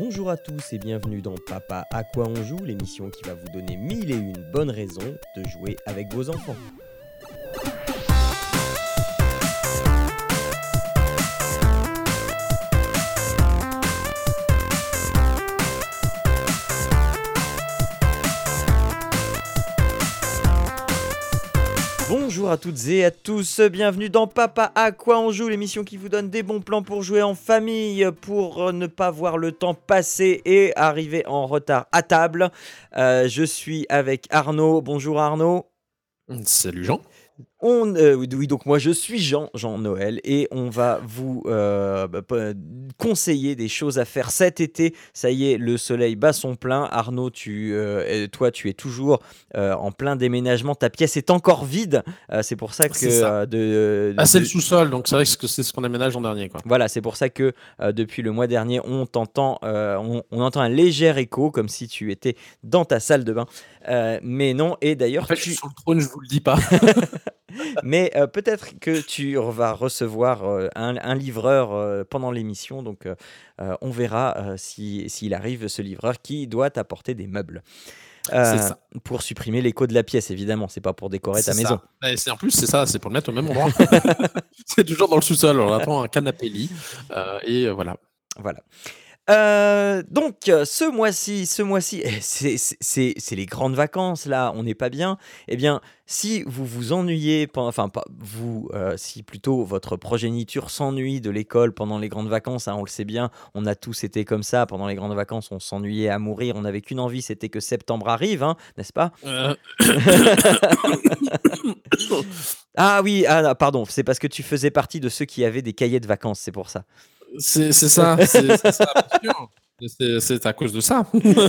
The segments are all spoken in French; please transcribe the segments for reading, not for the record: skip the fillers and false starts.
Bonjour à tous et bienvenue dans Papa à quoi on joue, l'émission qui va vous donner mille et une bonnes raisons de jouer avec vos enfants. Bonjour à toutes et à tous, bienvenue dans Papa à quoi on joue, l'émission qui vous donne des bons plans pour jouer en famille, pour ne pas voir le temps passer et arriver en retard à table. Je suis avec Arnaud. Bonjour Arnaud. Salut Jean. Oui, donc moi je suis Jean Noël et on va vous conseiller des choses à faire cet été. Ça y est, le soleil bat son plein. Arnaud, toi tu es toujours en plein déménagement. Ta pièce est encore vide. C'est pour ça que C'est ça. C'est le sous-sol, donc c'est vrai que c'est ce qu'on aménage en dernier, quoi. Voilà, c'est pour ça que depuis le mois dernier, on entend un léger écho, comme si tu étais dans ta salle de bain. Mais non, et d'ailleurs... En fait, je suis sur le trône, je vous le dis pas. Mais peut-être que tu vas recevoir un livreur pendant l'émission, donc on verra s'il arrive, ce livreur qui doit t'apporter des meubles. C'est ça. Pour supprimer l'écho de la pièce, évidemment, c'est pas pour décorer ta maison. En plus, c'est ça, c'est pour le mettre au même endroit. C'est toujours dans le sous-sol, on attend un canapé-lit, et voilà. Voilà. Donc ce mois-ci, c'est les grandes vacances là, on n'est pas bien. Eh bien, si vous vous ennuyez, enfin pas vous, si plutôt votre progéniture s'ennuie de l'école pendant les grandes vacances, hein, on le sait bien, on a tous été comme ça pendant les grandes vacances, on s'ennuyait à mourir, on n'avait qu'une envie, c'était que septembre arrive, hein, n'est-ce pas? Ah oui, pardon, c'est parce que tu faisais partie de ceux qui avaient des cahiers de vacances, c'est pour ça. C'est ça, bien sûr. C'est à cause de ça.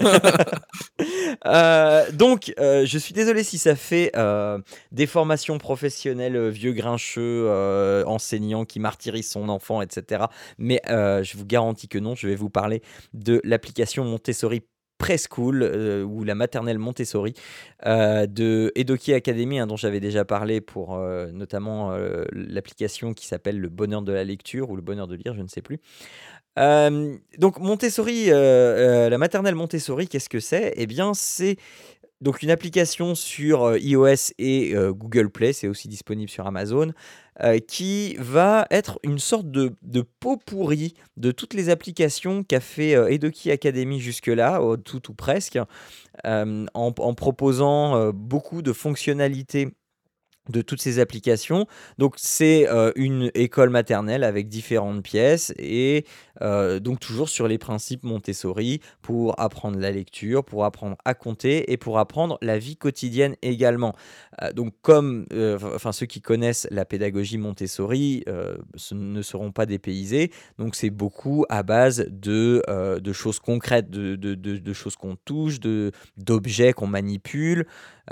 Donc, je suis désolé si ça fait des formations professionnelles, vieux grincheux, enseignant qui martyrise son enfant, etc. Mais je vous garantis que non, je vais vous parler de l'application Montessori Preschool ou la maternelle Montessori de Edoki Academy, hein, dont j'avais déjà parlé pour notamment l'application qui s'appelle Le Bonheur de la lecture ou Le Bonheur de lire, je ne sais plus. Donc Montessori, la maternelle Montessori, qu'est-ce que c'est? Eh bien, c'est donc une application sur iOS et Google Play, c'est aussi disponible sur Amazon, qui va être une sorte de pot pourri de toutes les applications qu'a fait Edoki Academy jusque-là, tout ou presque, en proposant beaucoup de fonctionnalités de toutes ces applications. Donc c'est une école maternelle avec différentes pièces et donc toujours sur les principes Montessori pour apprendre la lecture, pour apprendre à compter et pour apprendre la vie quotidienne également. Donc comme ceux qui connaissent la pédagogie Montessori ne seront pas dépaysés. Donc c'est beaucoup à base de choses concrètes, de choses qu'on touche, d'objets qu'on manipule.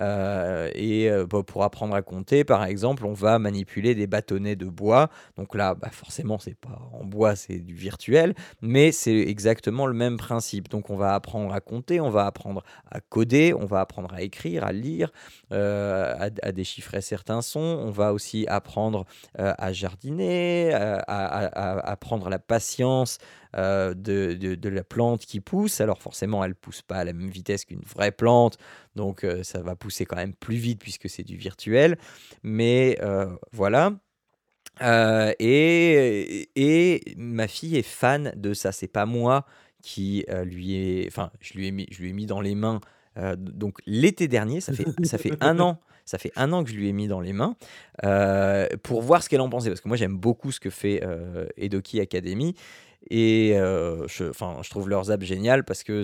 Pour apprendre à compter, par exemple, on va manipuler des bâtonnets de bois. Donc là, forcément, c'est pas en bois, c'est du virtuel, mais c'est exactement le même principe. Donc on va apprendre à compter, on va apprendre à coder, on va apprendre à écrire, à lire, à déchiffrer certains sons. On va aussi apprendre à jardiner, à apprendre la patience de la plante qui pousse. Alors forcément, elle pousse pas à la même vitesse qu'une vraie plante, donc ça va pousser quand même plus vite puisque c'est du virtuel. Mais voilà. Et ma fille est fan de ça. C'est pas moi qui je lui ai mis dans les mains. Donc l'été dernier, ça fait un an. Ça fait un an que je lui ai mis dans les mains pour voir ce qu'elle en pensait. Parce que moi, j'aime beaucoup ce que fait Edoki Academy. Et je trouve leurs apps géniales parce que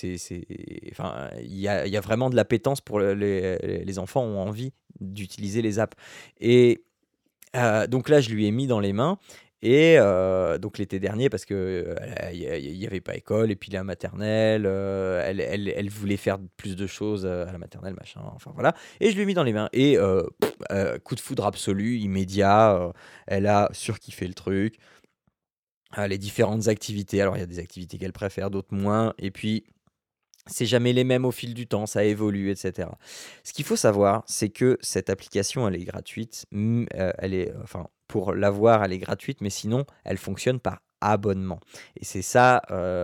il y a vraiment de l'appétence pour les enfants ont envie d'utiliser les apps. Et donc là, je lui ai mis dans les mains. Et donc l'été dernier, parce que il y avait pas école, et puis la maternelle, elle voulait faire plus de choses à la maternelle, machin, enfin voilà. Et je lui ai mis dans les mains. Et coup de foudre absolu, immédiat, elle a surkiffé le truc. Les différentes activités, alors il y a des activités qu'elle préfère, d'autres moins, et puis c'est jamais les mêmes au fil du temps, ça évolue, etc. Ce qu'il faut savoir, c'est que cette application, elle est gratuite, pour l'avoir, elle est gratuite, mais sinon, elle fonctionne par abonnement. Et c'est ça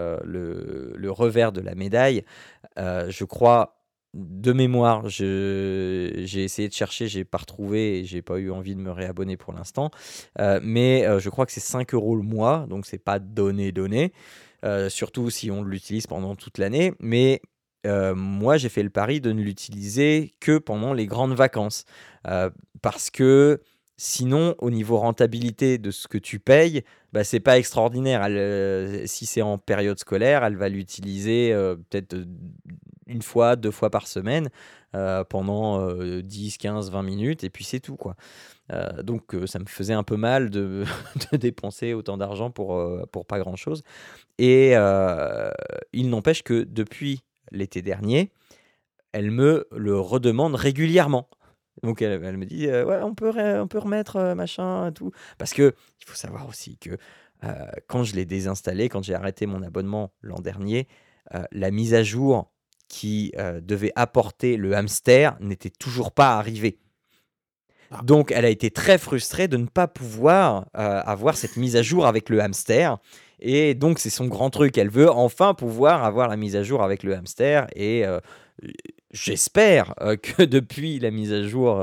le revers de la médaille. Je crois, de mémoire, j'ai essayé de chercher, j'ai pas retrouvé et j'ai pas eu envie de me réabonner pour l'instant. Mais je crois que c'est 5 € le mois, donc c'est pas donné, donné. Surtout si on l'utilise pendant toute l'année. Mais moi, j'ai fait le pari de ne l'utiliser que pendant les grandes vacances. Parce que sinon, au niveau rentabilité de ce que tu payes, bah, c'est pas extraordinaire. Si c'est en période scolaire, elle va l'utiliser peut-être une fois, 2 fois par semaine pendant 10, 15, 20 minutes et puis c'est tout, quoi. Donc ça me faisait un peu mal de, de dépenser autant d'argent pour pas grand-chose. Et il n'empêche que depuis l'été dernier, elle me le redemande régulièrement. Donc elle me dit ouais, on peut remettre machin, tout. Parce que il faut savoir aussi que quand je l'ai désinstallé, quand j'ai arrêté mon abonnement l'an dernier, la mise à jour qui devait apporter le hamster n'était toujours pas arrivée. Ah. Donc elle a été très frustrée de ne pas pouvoir avoir cette mise à jour avec le hamster. Et donc c'est son grand truc. Elle veut enfin pouvoir avoir la mise à jour avec le hamster. Et j'espère que depuis la mise à jour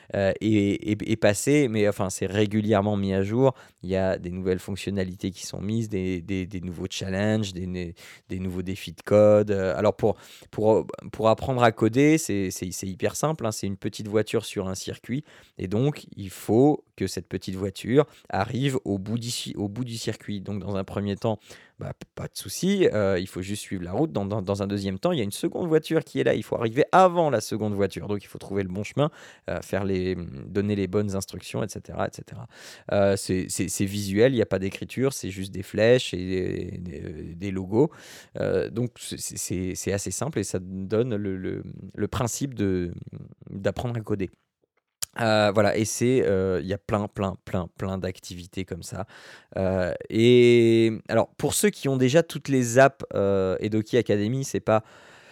est passée, mais enfin c'est régulièrement mis à jour. Il y a des nouvelles fonctionnalités qui sont mises, des nouveaux challenges, des nouveaux défis de code. Alors pour apprendre à coder, c'est hyper simple, hein. C'est une petite voiture sur un circuit. Et donc il faut que cette petite voiture arrive au bout du circuit. Donc dans un premier temps, bah, pas de souci, il faut juste suivre la route. Dans un deuxième temps, il y a une seconde voiture qui est là. Il faut arriver avant la seconde voiture. Donc il faut trouver le bon chemin, donner les bonnes instructions, etc. etc. C'est visuel, il n'y a pas d'écriture, c'est juste des flèches et des logos. Donc c'est assez simple et ça donne le principe d'apprendre à coder. Voilà, et il y a plein d'activités comme ça. Et alors, pour ceux qui ont déjà toutes les apps Edoki Academy, c'est pas.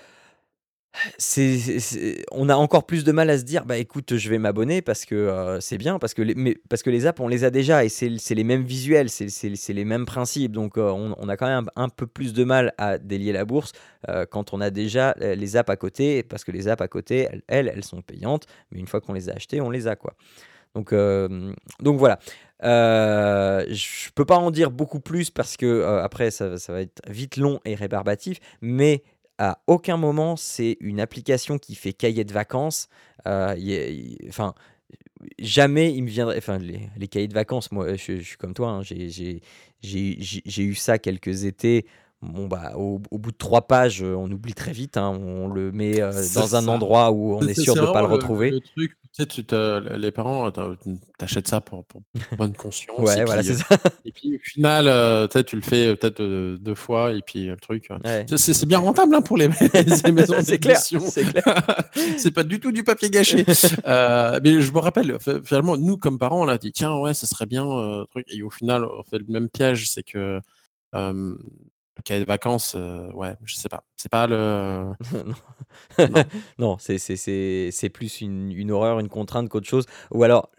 On a encore plus de mal à se dire, bah écoute, je vais m'abonner parce que c'est bien, parce que les apps, on les a déjà et c'est les mêmes visuels, c'est les mêmes principes. Donc on a quand même un peu plus de mal à délier la bourse quand on a déjà les apps à côté, parce que les apps à côté, elles sont payantes, mais une fois qu'on les a achetées, on les a, quoi. Donc voilà. Je peux pas en dire beaucoup plus parce que après ça va être vite long et rébarbatif, mais à aucun moment c'est une application qui fait cahier de vacances. Enfin, jamais il me viendrait. Enfin, les cahiers de vacances, moi, je suis comme toi, hein, j'ai eu ça quelques étés. Bon, bah, au bout de 3 pages, on oublie très vite, hein, on le met C'est dans un ça. endroit où on est sûr C'est de ne pas vraiment le retrouver. le truc, tu sais, les parents, t'achètes ça pour bonne conscience, Ouais, voilà, c'est ça. et puis au final, tu sais, tu le fais peut-être 2 fois, et puis le truc, Ouais. c'est bien rentable, hein, pour les maisons C'est clair, d'édition. c'est clair. C'est pas du tout du papier gâché. Mais je me rappelle, finalement, nous, comme parents, on a dit, tiens, ouais, ça serait bien, truc. Et au final, on fait le même piège, c'est que le cahier de vacances, ouais, je sais pas. C'est pas le. Non. Non. Non, c'est plus une horreur, une contrainte qu'autre chose. Ou alors,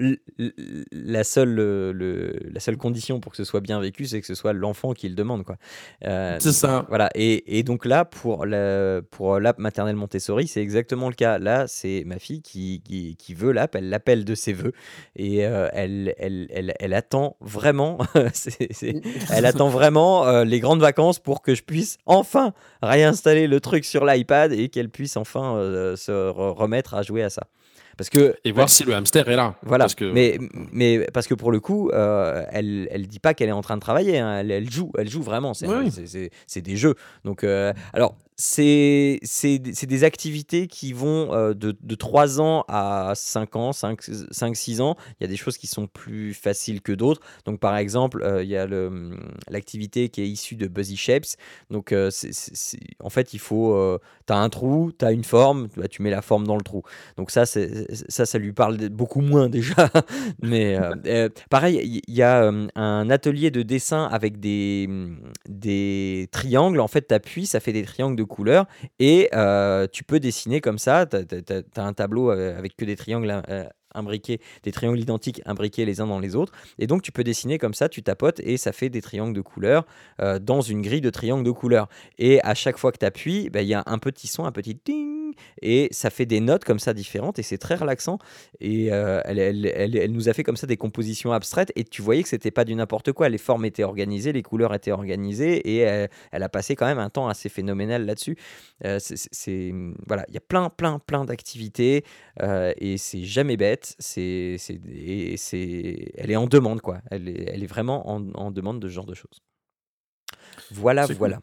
la seule condition pour que ce soit bien vécu, c'est que ce soit l'enfant qui le demande, quoi. C'est ça. Voilà. Et donc là, pour l'app maternelle Montessori, c'est exactement le cas. Là, c'est ma fille qui veut l'app, elle l'appelle de ses voeux. Et elle attend vraiment, elle attend vraiment les grandes vacances pour que je puisse enfin réinstaller le truc sur l'iPad et qu'elle puisse enfin se remettre à jouer à ça. Parce que Et voir si le hamster est là. voilà, Parce que. mais parce que pour le coup, elle dit pas qu'elle est en train de travailler, hein, elle joue vraiment, Oui. c'est des jeux. Donc alors c'est des activités qui vont de 3 ans à 5 ans, 5-6 ans. Il y a des choses qui sont plus faciles que d'autres. Donc par exemple, il y a l'activité qui est issue de Buzzy Shapes. Donc en fait, tu as un trou, tu as une forme, bah, tu mets la forme dans le trou. Donc ça lui parle beaucoup moins déjà. Mais pareil, il y a un atelier de dessin avec des triangles. En fait, tu appuies, ça fait des triangles de couleurs et tu peux dessiner comme ça. Tu as un tableau avec que des triangles imbriqués, des triangles identiques imbriqués les uns dans les autres. Et donc, tu peux dessiner comme ça, tu tapotes et ça fait des triangles de couleurs dans une grille de triangles de couleurs. Et à chaque fois que tu appuies, il y a un petit son, un petit ting, et ça fait des notes comme ça différentes et c'est très relaxant. Et elle nous a fait comme ça des compositions abstraites et tu voyais que c'était pas du n'importe quoi. Les formes étaient organisées, les couleurs étaient organisées et elle a passé quand même un temps assez phénoménal là-dessus. Voilà, il y a plein d'activités et c'est jamais bête. Elle est en demande quoi. Elle est vraiment en demande de ce genre de choses. Voilà, C'est cool. voilà.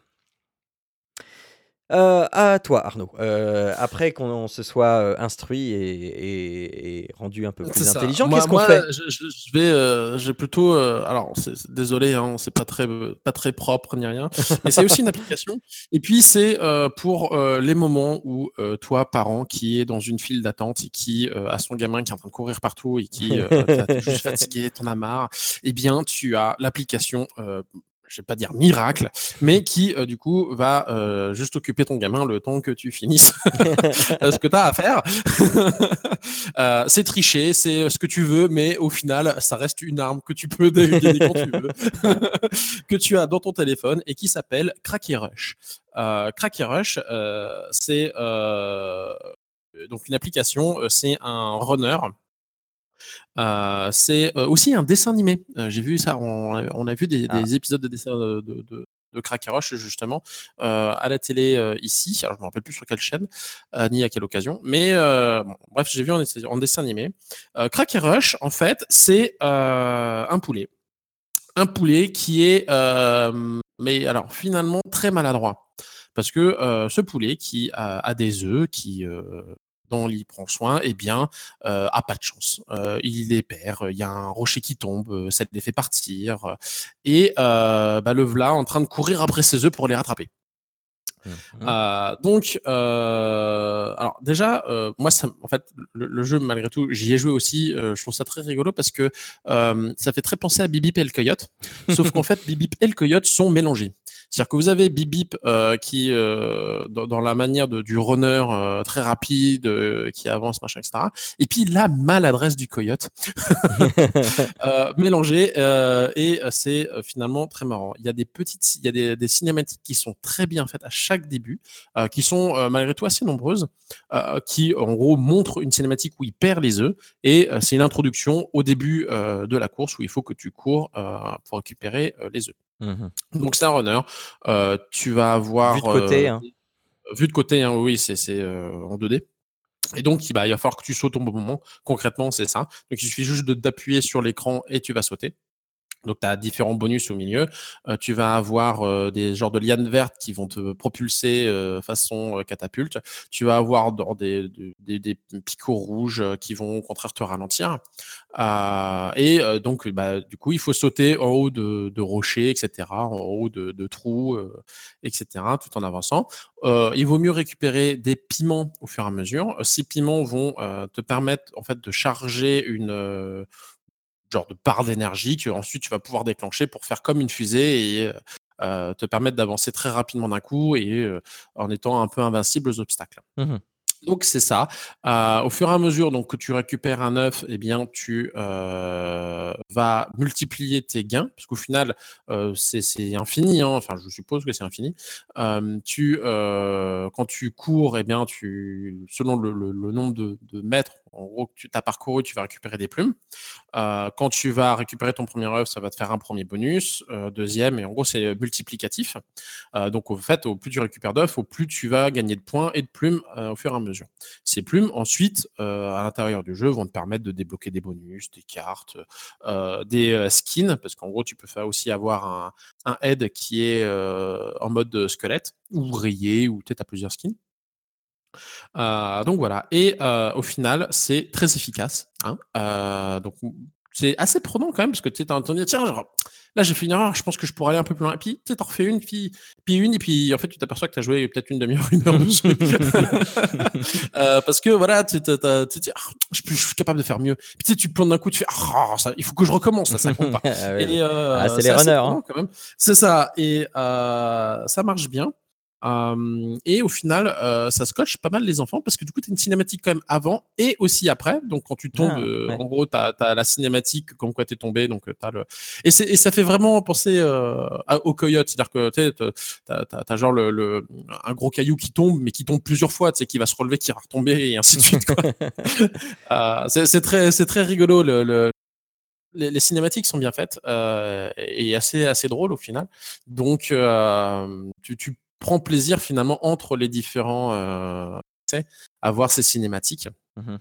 À toi, Arnaud. Après qu'on se soit instruit et rendu un peu C'est plus ça. intelligent, Moi, qu'est-ce qu'on moi, fait? je vais, j'ai plutôt. Alors, désolé, hein, c'est pas très propre ni rien, mais c'est aussi une application. Et puis, c'est pour les moments où toi, parent, qui est dans une file d'attente et qui a son gamin qui est en train de courir partout et qui t'es juste fatigué, t'en as marre, eh bien, tu as l'application. Je vais pas dire miracle, mais qui du coup va juste occuper ton gamin le temps que tu finisses ce que tu as à faire. C'est tricher, c'est ce que tu veux, mais au final, ça reste une arme que tu peux dégainer quand tu veux, que tu as dans ton téléphone et qui s'appelle Cracky Rush. Cracky Rush, c'est donc une application, c'est un runner. C'est aussi un dessin animé. J'ai vu ça, on a vu Ah. des épisodes de dessin de Cracky Rush justement à la télé ici. Alors je me rappelle plus sur quelle chaîne ni à quelle occasion, mais bon, bref, j'ai vu en dessin animé. Cracky Rush, en fait, c'est un poulet qui est, mais alors finalement très maladroit. Parce que ce poulet qui a des œufs, dont il prend soin, eh bien, a pas de chance. Il les perd, il y a un rocher qui tombe, ça les fait partir, et le voilà en train de courir après ses œufs pour les rattraper. Mhm. Donc, alors déjà, moi, en fait, le jeu, malgré tout, j'y ai joué aussi. Je trouve ça très rigolo parce que ça fait très penser à Bip et le Coyote, sauf qu'en fait, Bip et le Coyote sont mélangés. C'est-à-dire que vous avez Bip qui, dans la manière du runner très rapide, qui avance, machin, etc. Et puis la maladresse du coyote mélangée et c'est finalement très marrant. Il y a il y a des cinématiques qui sont très bien faites à chaque début, qui sont malgré tout assez nombreuses, qui en gros montrent une cinématique où il perd les œufs et c'est une introduction au début de la course où il faut que tu cours pour récupérer les œufs. Mhm. Donc c'est un runner. Tu vas Vu avoir de côté, hein. vu de côté, hein, oui, c'est en 2D. Et donc, il va falloir que tu sautes au bon moment. Concrètement, c'est ça. Donc, il suffit juste d'appuyer sur l'écran et tu vas sauter. Donc, tu as différents bonus au milieu. Tu vas avoir des genres de lianes vertes qui vont te propulser façon catapulte. Tu vas avoir des picots rouges qui vont au contraire te ralentir. Donc, du coup, il faut sauter en haut de rochers, etc., en haut de trous, etc., tout en avançant. Il vaut mieux récupérer des piments au fur et à mesure. Ces piments vont te permettre en fait de charger une genre de barre d'énergie que ensuite tu vas pouvoir déclencher pour faire comme une fusée et te permettre d'avancer très rapidement d'un coup et en étant un peu invincible aux obstacles. Mhm. Donc c'est ça. Au fur et à mesure donc que tu récupères un œuf, eh bien tu vas multiplier tes gains, parce qu'au final c'est infini, hein. Enfin je suppose que c'est infini. Quand tu cours, eh bien selon le nombre de mètres en gros que tu as parcouru, tu vas récupérer des plumes. Quand tu vas récupérer ton premier œuf, ça va te faire un premier bonus, deuxième, et en gros c'est multiplicatif. Donc, au fait, au plus tu récupères d'œufs, au plus tu vas gagner de points et de plumes au fur et à mesure. Ces plumes, ensuite, à l'intérieur du jeu, vont te permettre de débloquer des bonus, des cartes, des skins, parce qu'en gros, tu peux aussi avoir un head qui est en mode squelette, ou rayé, ou peut-être à plusieurs skins. Donc voilà. Et au final, c'est très efficace. Hein. Donc c'est assez prenant quand même parce que tu es en train de dire tiens, genre, là j'ai fait une erreur, je pense que je pourrais aller un peu plus loin. Et puis tu t'en refais une, puis une, et puis en fait tu t'aperçois que tu as joué peut-être une demi-heure, une heure dessus. Parce que voilà, tu te dis je suis capable de faire mieux. Puis tu sais, tu te plantes d'un coup, tu fais ça, il faut que je recommence, ça compte pas. Ah ouais, Et c'est les c'est assez runners, prenant hein. quand même. C'est ça. Et ça marche bien. Et au final, ça scotche pas mal les enfants parce que du coup, tu as une cinématique quand même avant et aussi après. Donc, quand tu tombes, Ah, ouais. en gros, tu as la cinématique comme quoi tu es tombé. Donc, et ça fait vraiment penser au coyote. C'est-à-dire que tu as genre un gros caillou qui tombe, mais qui tombe plusieurs fois, tu sais, qui va se relever, qui va retomber et ainsi de suite, quoi. C'est très rigolo. Les cinématiques sont bien faites et assez drôles au final. Donc, tu prends plaisir finalement entre les différents essais à voir ces cinématiques. Mhm.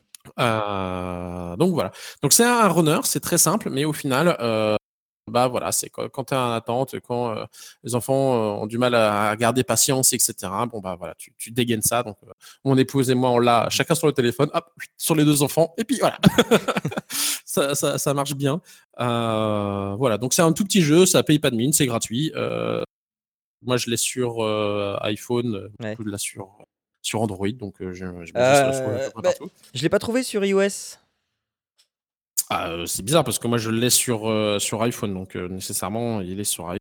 Donc voilà. Donc c'est un runner, c'est très simple, mais au final, bah voilà, c'est quand tu es en attente, quand les enfants ont du mal à garder patience, etc. Bon bah voilà, tu dégaines ça. Donc mon épouse et moi, on l'a chacun sur le téléphone, hop, sur les 2 enfants, et puis voilà. Ça marche bien. Voilà, donc c'est un tout petit jeu, ça paye pas de mine, c'est gratuit. Moi, je l'ai sur iPhone, Ouais. beaucoup de là sur Android, donc j'imagine que ça doit se trouver à peu près Bah, partout. je l'ai pas trouvé sur iOS. C'est bizarre parce que moi, je l'ai sur iPhone, donc nécessairement, il est sur iPhone.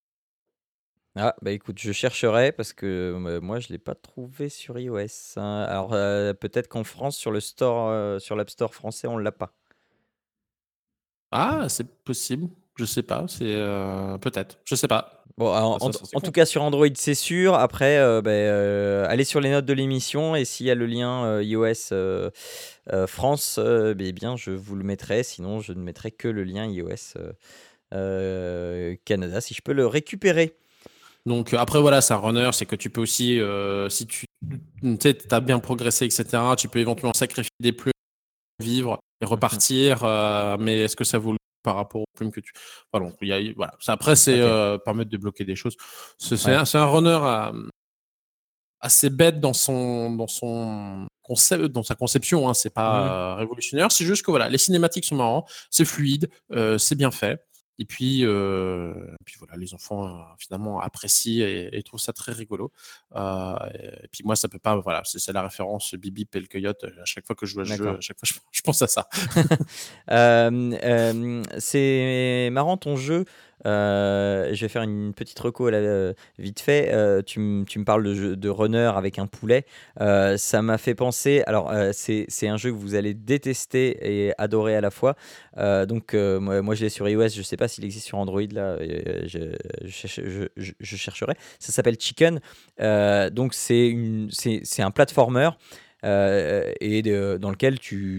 Ah, bah écoute, je chercherai parce que moi je l'ai pas trouvé sur iOS, hein. Alors peut-être qu'en France, sur le store, sur l'App Store français, on l'a pas. Ah, c'est possible, je sais pas, c'est peut-être, je sais pas. Bon, Bah, ça, c'est en tout con. cas sur Android, c'est sûr. Après, allez sur les notes de l'émission et s'il y a le lien iOS France, eh bien je vous le mettrai. Sinon, je ne mettrai que le lien iOS Canada si je peux le récupérer. Donc après voilà, c'est un runner, c'est que tu peux aussi, si tu sais, as bien progressé, etc., tu peux éventuellement sacrifier des plumes, vivre et Mhm. repartir, mais est-ce que ça vaut le coup par rapport aux plumes que tu... Voilà, donc, voilà. Après, c'est Ok, permettre de débloquer des choses. ouais. C'est un runner assez bête dans son concept, dans sa conception, hein. C'est Mhm. pas révolutionnaire, c'est juste que voilà, les cinématiques sont marrants, c'est fluide, c'est bien fait. Et puis voilà, les enfants finalement apprécient et trouvent ça très rigolo. Et puis moi, ça peut pas, voilà, c'est la référence Bibi et le coyote. À chaque fois que je joue à ce jeu, D'accord. à chaque fois, je pense à ça. C'est marrant ton jeu. Je vais faire une petite reco là, vite fait. Tu me parles de runner avec un poulet. Ça m'a fait penser. Alors, c'est un jeu que vous allez détester et adorer à la fois. Moi, je l'ai sur iOS. Je sais pas s'il existe sur Android là. Je chercherai. Ça s'appelle Chicken. Donc, c'est un platformer dans lequel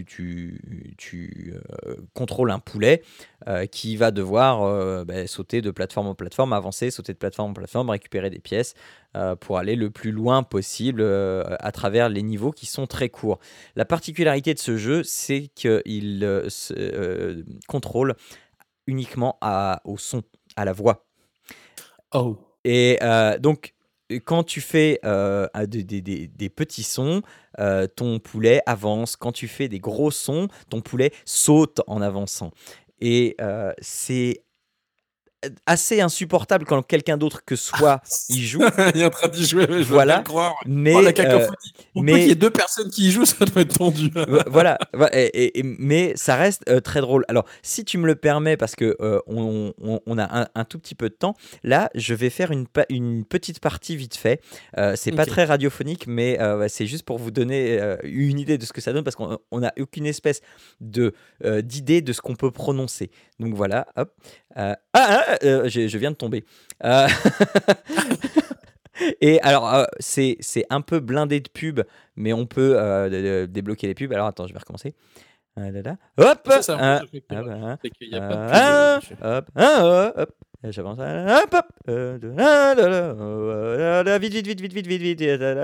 tu contrôles un poulet qui va devoir sauter de plateforme en plateforme, avancer, sauter de plateforme en plateforme, récupérer des pièces pour aller le plus loin possible à travers les niveaux qui sont très courts. La particularité de ce jeu, c'est qu'il contrôle uniquement au son, à la voix. Oh. Et donc, quand tu fais des petits sons, ton poulet avance. Quand tu fais des gros sons, ton poulet saute en avançant. Et c'est assez insupportable quand quelqu'un d'autre que soi y joue. Il est en train d'y jouer, je veux bien le Voilà. croire. Oh, la Mais, cacophonie. Pour peu qu'il y ait mais 2 personnes qui y jouent, ça doit être tendu. Voilà, mais ça reste très drôle. Alors, si tu me le permets, parce que on a un tout petit peu de temps, là, je vais faire une petite partie vite fait. C'est pas Ok. très radiophonique, mais c'est juste pour vous donner une idée de ce que ça donne, parce qu'on n'a aucune espèce d'idée de ce qu'on peut prononcer. Donc voilà, hop. Je viens de tomber. Euh, Et alors, c'est un peu blindé de pubs, mais on peut débloquer les pubs. Alors, attends, je vais recommencer. Hop, C'est ça, moi, c'est qu'il n'y a pas de pub dessus. hop, hop. J'avance. Hop, hop. Vite, vite, vite, vite, vite, vite, vite.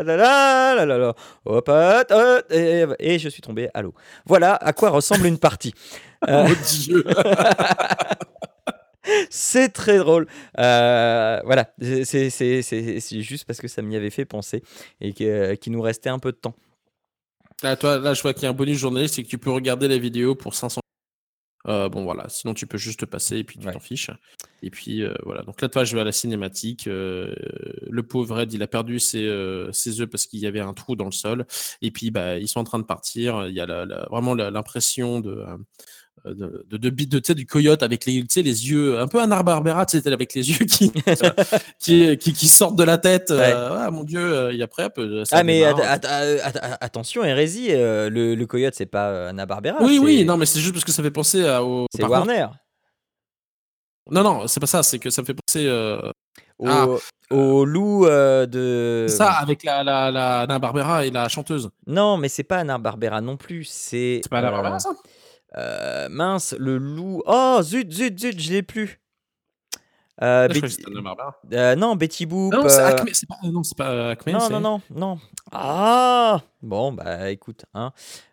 Hop, hop, hop, et je suis tombé à l'eau. Voilà à quoi ressemble une partie. Euh, Mon Dieu. C'est très drôle. Voilà, c'est juste parce que ça m'y avait fait penser et qu'il nous restait un peu de temps. Là, je vois qu'il y a un bonus journaliste, c'est que tu peux regarder la vidéo pour 500. Bon, voilà. Sinon, tu peux juste te passer et puis tu Ouais. t'en fiches. Et puis, voilà. Donc là, toi, je vais à la cinématique. Le pauvre Ed, il a perdu ses œufs parce qu'il y avait un trou dans le sol. Et puis, bah, ils sont en train de partir. Il y a vraiment l'impression tu sais, du coyote avec les, tu sais, les yeux un peu Hanna-Barbera, tu sais, avec les yeux qui sortent de la tête. Ouais. Ah mon Dieu, et après, ça Ah, mais démarre. attention, hérésie, le coyote, c'est pas Hanna-Barbera, Oui, non, mais c'est juste parce que ça fait penser au. c'est Par contre, Warner. non, c'est pas ça, c'est que ça me fait penser. Au loup de. C'est ça, avec la Hanna-Barbera et la chanteuse. Non, mais c'est pas Hanna-Barbera non plus, c'est. C'est pas Hanna-Barbera, ça? Mince, le loup. Oh, zut, je l'ai plus. Je croyais que c'était Hanna-Barbera. Non, Betty Boop. Non, c'est Acme. Non, c'est pas Acme. Non. Ah, bon, bah écoute, hein.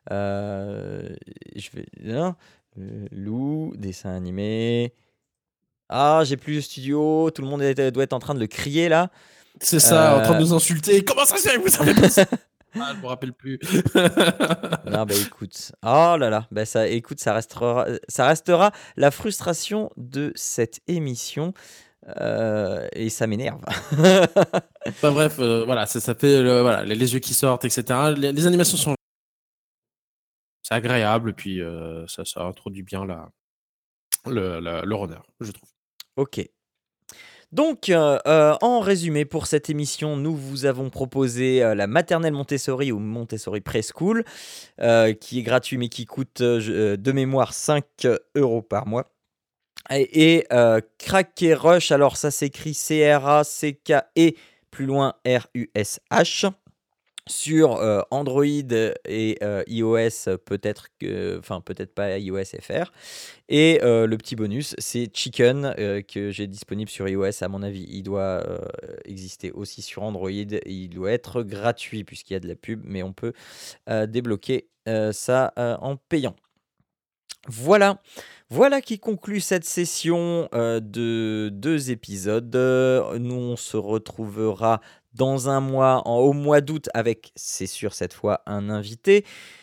Je vais. Hein, loup, dessin animé. Ah, j'ai plus le studio. Tout le monde doit être en train de le crier là. C'est ça, en train de nous insulter. Comment ça se fait que vous savez pas ça? Ah, je me rappelle plus. Non, bah écoute. Oh là là. Bah ça, écoute, ça restera la frustration de cette émission. Et ça m'énerve. Enfin, bref, voilà, ça fait voilà, les yeux qui sortent, etc. Les animations sont. C'est agréable, et puis ça introduit bien le runner, je trouve. Ok. Donc, en résumé, pour cette émission, nous vous avons proposé la maternelle Montessori ou Montessori Preschool, qui est gratuit mais qui coûte de mémoire 5 € par mois. Et Crack et Rush, alors ça s'écrit C-R-A-C-K-E, plus loin R-U-S-H. Sur Android et iOS, peut-être pas iOS FR. Et le petit bonus, c'est Chicken, que j'ai disponible sur iOS. À mon avis, il doit exister aussi sur Android. Et il doit être gratuit puisqu'il y a de la pub, mais on peut débloquer ça en payant. Voilà qui conclut cette session de 2 épisodes. Nous, on se retrouvera dans un mois, au mois d'août, avec, c'est sûr, cette fois, un invité.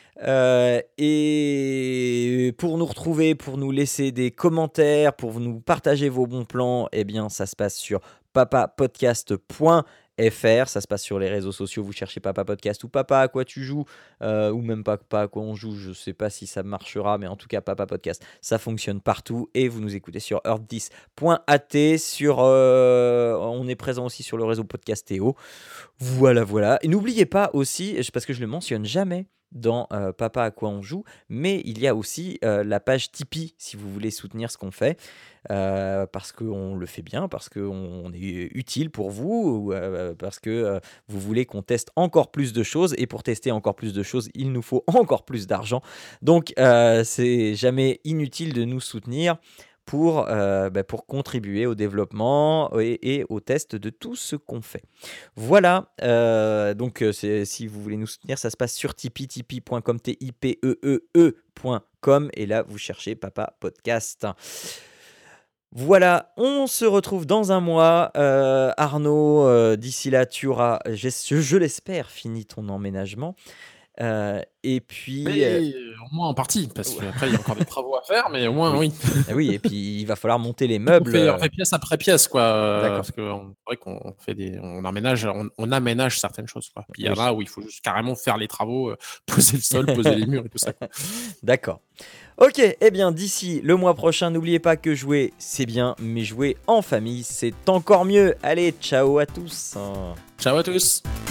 Et pour nous retrouver, pour nous laisser des commentaires, pour nous partager vos bons plans, eh bien, ça se passe sur papapodcast.fr. Ça se passe sur les réseaux sociaux. Vous cherchez Papa Podcast ou Papa à quoi tu joues, ou même pas à quoi on joue. Je sais pas si ça marchera, mais en tout cas, Papa Podcast, ça fonctionne partout. Et vous nous écoutez sur earth10.at. On est présent aussi sur le réseau Podcastéo. Voilà. Et n'oubliez pas aussi, parce que je le mentionne jamais dans Papa à quoi on joue, mais il y a aussi la page Tipeee si vous voulez soutenir ce qu'on fait, parce qu'on le fait bien, parce qu'on est utile pour vous, parce que vous voulez qu'on teste encore plus de choses, et pour tester encore plus de choses, il nous faut encore plus d'argent. Donc c'est jamais inutile de nous soutenir pour contribuer au développement et au test de tout ce qu'on fait. Voilà, donc si vous voulez nous soutenir, ça se passe sur Tipeee, tipeee.com, tipeee.com, et là, vous cherchez Papa Podcast. Voilà, on se retrouve dans un mois. Arnaud, d'ici là, tu auras, je l'espère, fini ton emménagement. Et puis. Au moins en partie, parce qu'après, il y a encore des travaux à faire, mais au moins, oui. Oui, et puis il va falloir monter les meubles. On fait pièce après pièce, quoi. Parce que c'est vrai qu'on fait on aménage certaines choses, quoi. Puis il y en a où il faut juste carrément faire les travaux, poser le sol, poser les murs et tout ça, quoi. D'accord. Ok, eh bien d'ici le mois prochain, n'oubliez pas que jouer c'est bien, mais jouer en famille c'est encore mieux. Allez, ciao à tous. Ciao à tous.